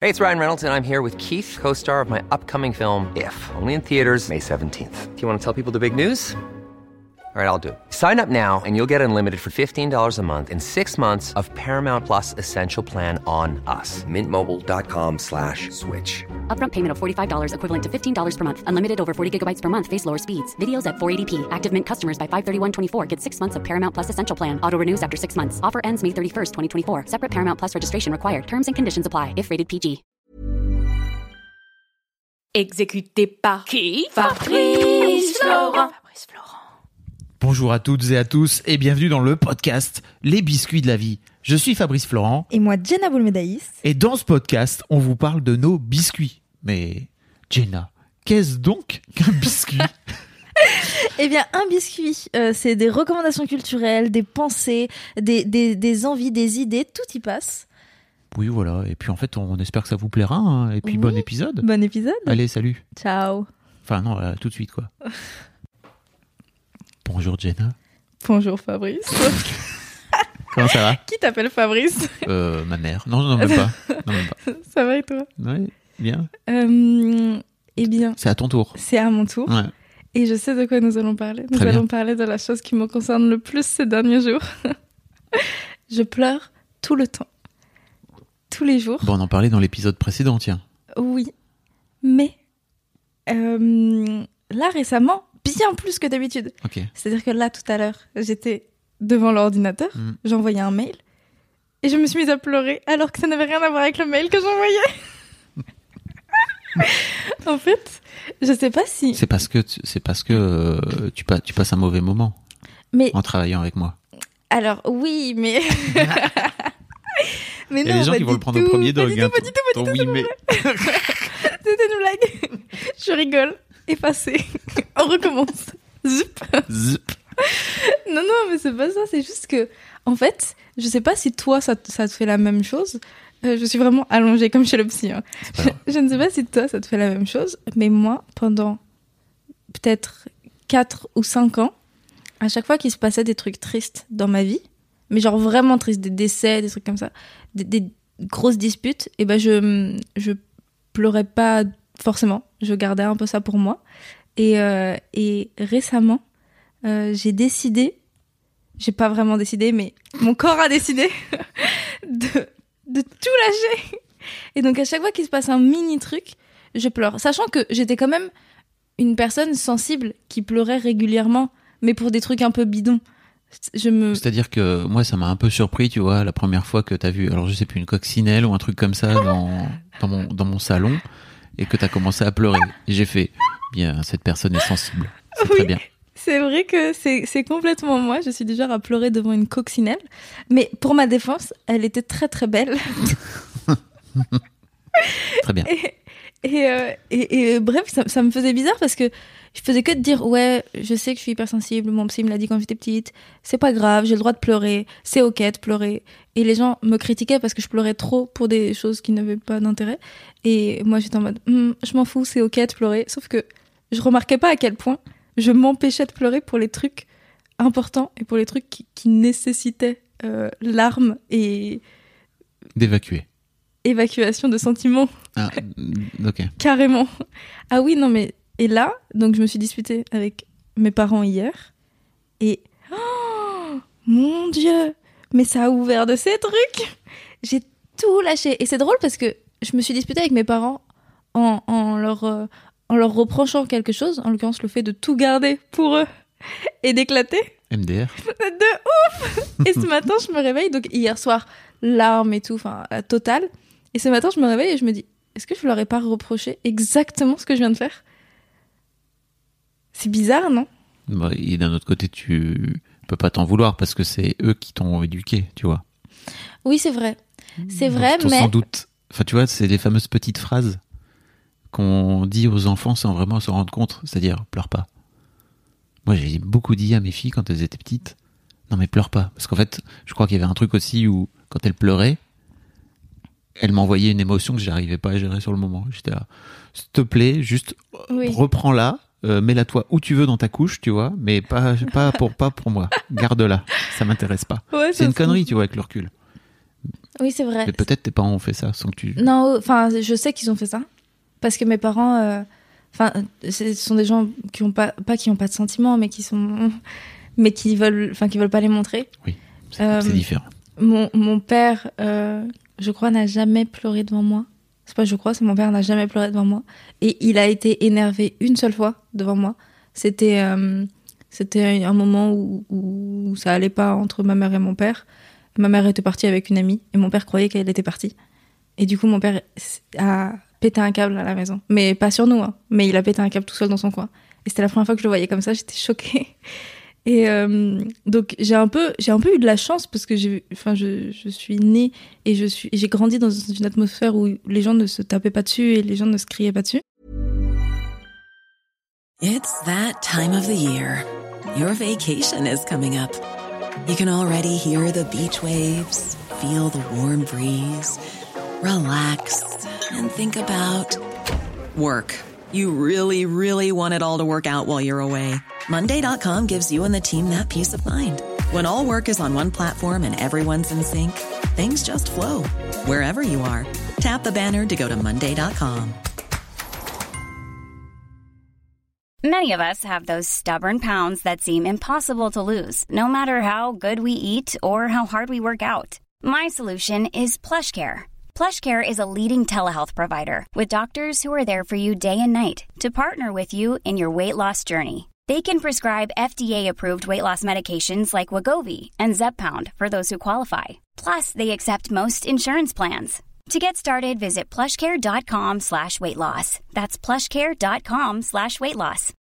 Hey, it's Ryan Reynolds, and I'm here with Keith, co-star of my upcoming film, If, only in theaters May 17th. Do you want to tell people the big news? All right, I'll do it. Sign up now and you'll get unlimited for $15 a month and 6 months of Paramount Plus Essential Plan on us. MintMobile.com/switch. Upfront payment of $45 equivalent to $15 per month. Unlimited over 40 gigabytes per month. Face lower speeds. Videos at 480p. Active Mint customers by 531.24 get 6 months of Paramount Plus Essential Plan. Auto renews after 6 months. Offer ends May 31st, 2024. Separate Paramount Plus registration required. Terms and conditions apply if rated PG. Exécuté par qui? Fabrice Florent. Bonjour à toutes et à tous et bienvenue dans le podcast Les Biscuits de la Vie. Je suis Fabrice Florent. Et moi, Jenna Boulmedaïs. Et dans ce podcast, on vous parle de nos biscuits. Mais Jenna, qu'est-ce donc qu'un biscuit? Eh bien, un biscuit, c'est des recommandations culturelles, des pensées, des envies, des idées, tout y passe. Oui, voilà. Et puis en fait, on espère que ça vous plaira. Hein. Et puis Oui. Bon épisode. Bon épisode. Allez, salut. Ciao. Enfin non, tout de suite quoi. Bonjour Jenna. Bonjour Fabrice. Comment ça va? Qui t'appelle Fabrice? Ma mère. Non, même pas. Non, même pas. Ça va et toi? Ouais, bien. Eh bien, C'est à ton tour. c'est à mon tour. Ouais. Et je sais de quoi nous allons parler. Nous Très bien. allons parler de la chose qui me concerne le plus ces derniers jours. Je pleure tout le temps. Tous les jours. Bon, on en parlait dans l'épisode précédent, tiens. Oui. Mais là, récemment, bien plus que d'habitude. Ok. C'est-à-dire que là, tout à l'heure, j'étais devant l'ordinateur, j'envoyais un mail, et je me suis mise à pleurer, alors que ça n'avait rien à voir avec le mail que j'envoyais. En fait, je sais pas si... C'est parce que tu passes un mauvais moment Mais, en travaillant avec moi. alors, oui, mais... Mais Il y a des gens pas qui vont du le prendre au tout, premier pas dog. du tout, pas du tout, pas du tout, Oui, mais... C'était une blague. Je rigole. Effacé. On recommence. Zup. Zip. Non, mais c'est pas ça. C'est juste que, en fait, je sais pas si toi, ça te fait la même chose. Je suis vraiment allongée comme chez le psy. Hein. C'est pas grave. Je ne sais pas si toi, ça te fait la même chose. Mais moi, pendant peut-être 4 ou 5 ans, à chaque fois qu'il se passait des trucs tristes dans ma vie, mais genre vraiment tristes, des décès, des trucs comme ça, des grosses disputes, et ben je pleurais pas forcément. Je gardais un peu ça pour moi. Et récemment, j'ai décidé, j'ai pas vraiment décidé, mais mon corps a décidé de tout lâcher. Et donc à chaque fois qu'il se passe un mini truc, je pleure. Sachant que j'étais quand même une personne sensible qui pleurait régulièrement, mais pour des trucs un peu bidons. C'est-à-dire que moi, ça m'a un peu surpris, tu vois, la première fois que t'as vu, alors je sais plus, une coccinelle ou un truc comme ça dans mon salon, et que t'as commencé à pleurer. Et j'ai fait, bien, cette personne est sensible. C'est Oui. très bien. C'est vrai que c'est complètement moi. Je suis du genre à pleurer devant une coccinelle. Mais pour ma défense, elle était très très belle. Très bien. Et bref, ça me faisait bizarre parce que je faisais que de dire ouais, je sais que je suis hypersensible, mon psy me l'a dit quand j'étais petite, c'est pas grave, j'ai le droit de pleurer, c'est ok de pleurer. Et les gens me critiquaient parce que je pleurais trop pour des choses qui n'avaient pas d'intérêt. Et moi j'étais en mode je m'en fous, c'est ok de pleurer. Sauf que je remarquais pas à quel point je m'empêchais de pleurer pour les trucs importants et pour les trucs qui nécessitaient larmes et D'évacuer. évacuation de sentiments. Ah, ok. Carrément. Ah oui, non mais... Et là, donc je me suis disputée avec mes parents hier. Et... Oh, mon Dieu! Mais ça a ouvert de ces trucs! J'ai tout lâché. Et c'est drôle parce que je me suis disputée avec mes parents en leur reprochant quelque chose, en l'occurrence le fait de tout garder pour eux et d'éclater. MDR. De ouf! Et ce matin, je me réveille, donc hier soir, larmes et tout, enfin, la totale. Et ce matin, je me réveille et je me dis, est-ce que je leur ai pas reproché exactement ce que je viens de faire? C'est bizarre, non? Bah, et d'un autre côté, tu peux pas t'en vouloir parce que c'est eux qui t'ont éduqué, tu vois. Oui, c'est vrai. C'est vrai, Donc, mais... sans doute. Enfin, tu vois, c'est des fameuses petites phrases qu'on dit aux enfants sans vraiment se rendre compte. C'est-à-dire, pleure pas. Moi, j'ai beaucoup dit à mes filles quand elles étaient petites, non mais pleure pas. Parce qu'en fait, je crois qu'il y avait un truc aussi où, quand elles pleuraient, elles m'envoyaient une émotion que j'arrivais pas à gérer sur le moment. J'étais là, s'il te plaît, juste Oui. reprends-la, mets-la toi où tu veux dans ta couche, tu vois, mais pas pour moi. Garde-la, ça m'intéresse pas. Ouais, C'est une connerie, tu vois, avec le recul. Oui, c'est vrai. Mais peut-être tes parents ont fait ça sans que tu... Non, enfin, je sais qu'ils ont fait ça. Parce que mes parents, ce sont des gens qui ont pas qui ont pas de sentiments, mais qui veulent pas les montrer. Oui, c'est différent. Mon père, je crois, n'a jamais pleuré devant moi. C'est mon père n'a jamais pleuré devant moi. Et il a été énervé une seule fois devant moi. C'était un moment où ça allait pas entre ma mère et mon père. Ma mère était partie avec une amie et mon père croyait qu'elle était partie. Et du coup, mon père a pété un câble à la maison. Mais pas sur nous, hein. Mais il a pété un câble tout seul dans son coin. Et c'était la première fois que je le voyais comme ça, j'étais choquée. Et donc j'ai un peu eu de la chance parce que je suis née et j'ai grandi dans une atmosphère où les gens ne se tapaient pas dessus et les gens ne se criaient pas dessus. It's that time of the year. Your vacation is coming up. You can already hear the beach waves, feel the warm breeze, relax and think about work. You really, really want it all to work out while you're away. Monday.com gives you and the team that peace of mind. When all work is on one platform and everyone's in sync, things just flow. Wherever you are, tap the banner to go to Monday.com. Many of us have those stubborn pounds that seem impossible to lose, no matter how good we eat or how hard we work out. My solution is PlushCare. PlushCare is a leading telehealth provider with doctors who are there for you day and night to partner with you in your weight loss journey. They can prescribe FDA-approved weight loss medications like Wegovy and Zepbound for those who qualify. Plus, they accept most insurance plans. To get started, visit plushcare.com/weightloss. That's plushcare.com/weightloss.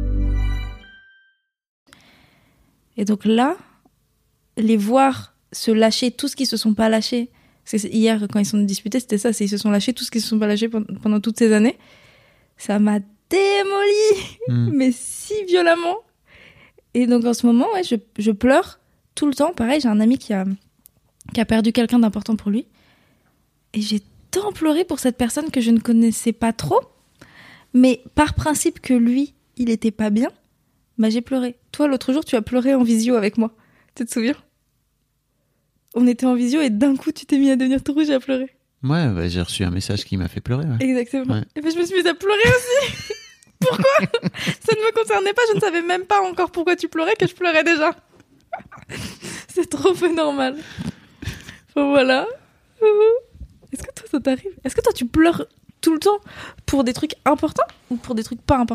Et donc là, les voir se lâcher tout ce qu'ils se sont pas lâchés. Parce que hier, quand ils se sont disputés, c'était ça, ils se sont lâchés tout ce qu'ils se sont pas lâchés pendant toutes ces années. Ça m'a démoli, mais si violemment. Et donc en ce moment, ouais, je pleure tout le temps. Pareil, j'ai un ami qui a perdu quelqu'un d'important pour lui. Et j'ai tant pleuré pour cette personne que je ne connaissais pas trop. Mais par principe que lui, il était pas bien, bah j'ai pleuré. Toi, l'autre jour, tu as pleuré en visio avec moi. Tu te souviens ? On était en visio et d'un coup, tu t'es mis à devenir tout rouge et à pleurer. Ouais, bah, j'ai reçu un message qui m'a fait pleurer. Ouais. Exactement. Ouais. Et puis je me suis mise à pleurer aussi. Pourquoi ? Ça ne me concernait pas, je ne savais même pas encore pourquoi tu pleurais, que je pleurais déjà. C'est trop peu normal. Enfin, voilà. Est-ce que toi, ça t'arrive ? Est-ce que toi, tu pleures tout le temps pour des trucs importants ou pour des trucs pas importants ?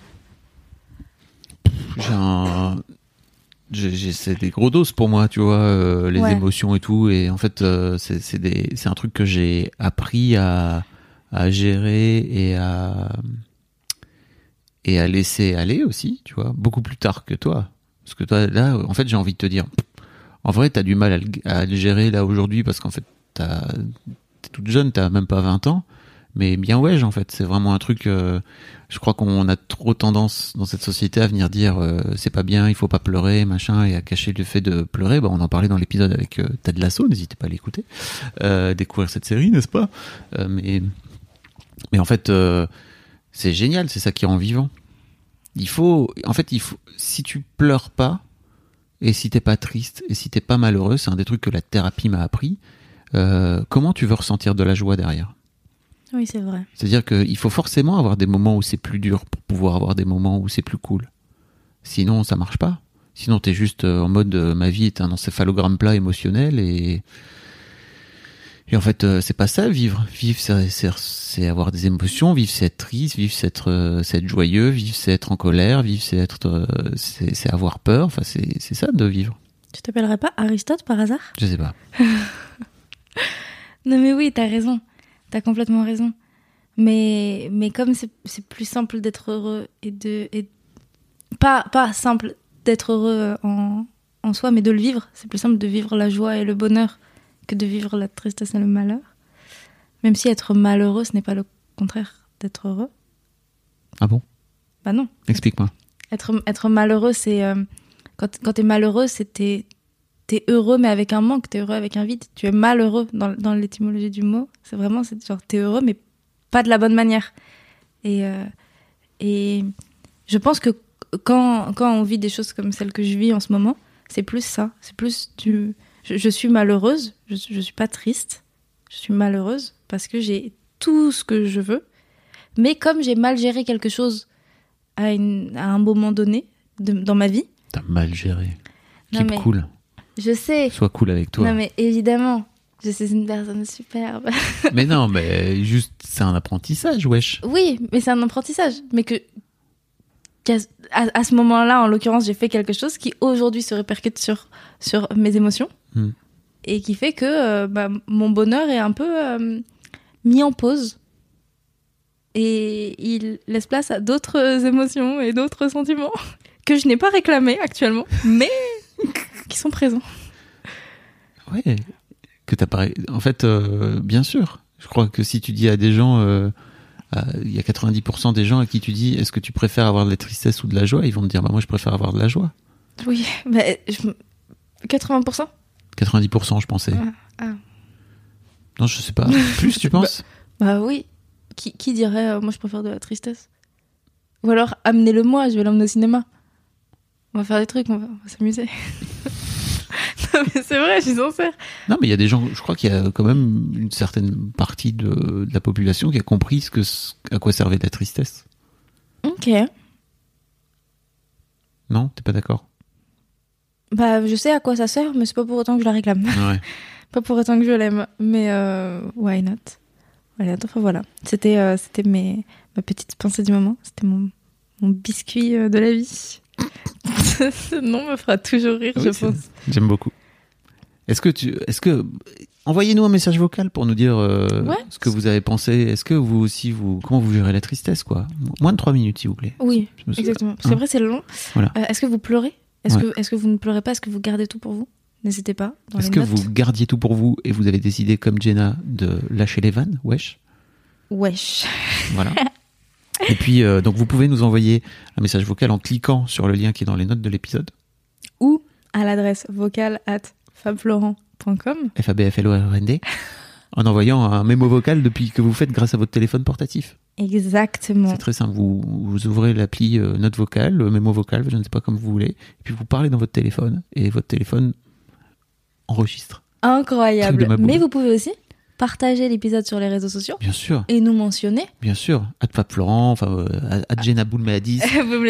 C'est des gros doses pour moi, tu vois, les ouais. émotions et tout. Et en fait, c'est un truc que j'ai appris à gérer et à laisser aller aussi, tu vois, beaucoup plus tard que toi. Parce que toi, là, en fait, j'ai envie de te dire, en vrai, t'as du mal à le gérer là aujourd'hui parce qu'en fait, t'es toute jeune, t'as même pas 20 ans. Mais bien ouais, en fait, c'est vraiment un truc. Je crois qu'on a trop tendance dans cette société à venir dire c'est pas bien, il faut pas pleurer, machin, et à cacher le fait de pleurer. Bah, on en parlait dans l'épisode avec Ted Lasso, n'hésitez pas à l'écouter, découvrir cette série, n'est-ce pas ? Mais en fait, c'est génial, c'est ça qui rend vivant. Si tu pleures pas, et si t'es pas triste, et si t'es pas malheureux, c'est un des trucs que la thérapie m'a appris. Comment tu veux ressentir de la joie derrière ? Oui, c'est vrai. C'est-à-dire qu'il faut forcément avoir des moments où c'est plus dur pour pouvoir avoir des moments où c'est plus cool. Sinon, ça marche pas. Sinon, t'es juste en mode ma vie est un encéphalogramme plat émotionnel et en fait, c'est pas ça, vivre. Vivre, c'est avoir des émotions. Vivre, c'est être triste. Vivre, c'est être joyeux. Vivre, c'est être en colère. Vivre, c'est avoir peur. Enfin, c'est ça de vivre. Tu t'appellerais pas Aristote par hasard ? Je sais pas. Non mais oui, t'as raison. T'as complètement raison. Mais comme c'est plus simple d'être heureux pas simple d'être heureux en soi, mais de le vivre. C'est plus simple de vivre la joie et le bonheur que de vivre la tristesse et le malheur. Même si être malheureux, ce n'est pas le contraire d'être heureux. Ah bon ? Bah non. Explique-moi. Être malheureux, c'est... quand t'es malheureux, c'est t'es heureux mais avec un manque, t'es heureux avec un vide. Tu es malheureux dans l'étymologie du mot. C'est genre t'es heureux mais pas de la bonne manière. Et je pense que quand on vit des choses comme celles que je vis en ce moment, c'est plus ça. C'est plus Je suis malheureuse, je suis pas triste, je suis malheureuse parce que j'ai tout ce que je veux, mais comme j'ai mal géré quelque chose à un moment donné dans ma vie. T'as mal géré. Non, Keep mais cool. Je sais. Sois cool avec toi. Non mais évidemment, je suis une personne superbe. Mais non, mais juste, c'est un apprentissage, wesh. Oui, mais c'est un apprentissage. Mais à ce moment-là, en l'occurrence, j'ai fait quelque chose qui aujourd'hui se répercute sur mes émotions et qui fait que mon bonheur est un peu mis en pause et il laisse place à d'autres émotions et d'autres sentiments que je n'ai pas réclamés actuellement, mais qui sont présents. Ouais, que t'as pas... En fait, bien sûr. Je crois que si tu dis à des gens... il y a 90% des gens à qui tu dis est-ce que tu préfères avoir de la tristesse ou de la joie, ils vont te dire moi je préfère avoir de la joie. Oui, 80%. 90% je pensais. Non, je sais pas. Plus tu penses? Bah oui. Qui dirait moi je préfère de la tristesse? Ou alors amenez-le moi, je vais l'emmener au cinéma. On va faire des trucs, on va s'amuser. Non mais c'est vrai, je suis sincère. Non mais il y a des gens, je crois qu'il y a quand même une certaine partie de la population qui a compris à quoi servait la tristesse. Ok. Non, t'es pas d'accord? Bah je sais à quoi ça sert, mais c'est pas pour autant que je la réclame. Ouais. Pas pour autant que je l'aime, mais why not? Enfin voilà, c'était ma petite pensée du moment, c'était mon biscuit de la vie. Ce nom me fera toujours rire, oui, je pense. J'aime beaucoup. Est-ce que envoyez-nous un message vocal pour nous dire ce que vous avez pensé. Est-ce que vous aussi comment vous gérez la tristesse, quoi? Moins de 3 minutes, s'il vous plaît. Oui, exactement. Parce qu'après c'est long. Voilà. Est-ce que vous pleurez? Est-ce que vous ne pleurez pas? Est-ce que vous gardez tout pour vous? N'hésitez pas. Est-ce que vous gardiez tout pour vous et vous avez décidé, comme Jenna, de lâcher les vannes? Wesh. Voilà. Et puis, donc vous pouvez nous envoyer un message vocal en cliquant sur le lien qui est dans les notes de l'épisode. Ou à l'adresse vocale@fabflorent.com. FABFLORND. En envoyant un mémo vocal depuis que vous faites grâce à votre téléphone portatif. Exactement. C'est très simple. Vous ouvrez l'appli note vocale, mémo vocal, je ne sais pas comme vous voulez. Et puis vous parlez dans votre téléphone. Et votre téléphone enregistre. Incroyable. Mais vous pouvez aussi partager l'épisode sur les réseaux sociaux. Bien sûr. Et nous mentionner. Bien sûr. @FabFlorent, Jenna Boulmedis.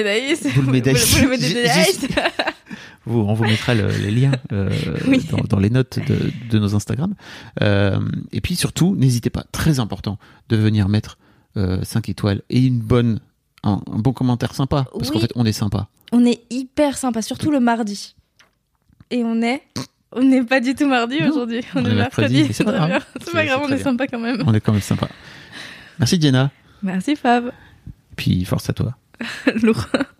On vous mettra les liens dans les notes de nos Instagram. Et puis surtout, n'hésitez pas, très important, de venir mettre 5 étoiles et un bon commentaire sympa. Parce qu'en fait, on est sympa. On est hyper sympa, surtout le mardi. Et on n'est pas du tout mardi aujourd'hui. On est mercredi. C'est pas grave. C'est pas grave, on est sympa quand même. On est quand même sympa. Merci Jenna. Merci Fab. Puis force à toi. Lourd.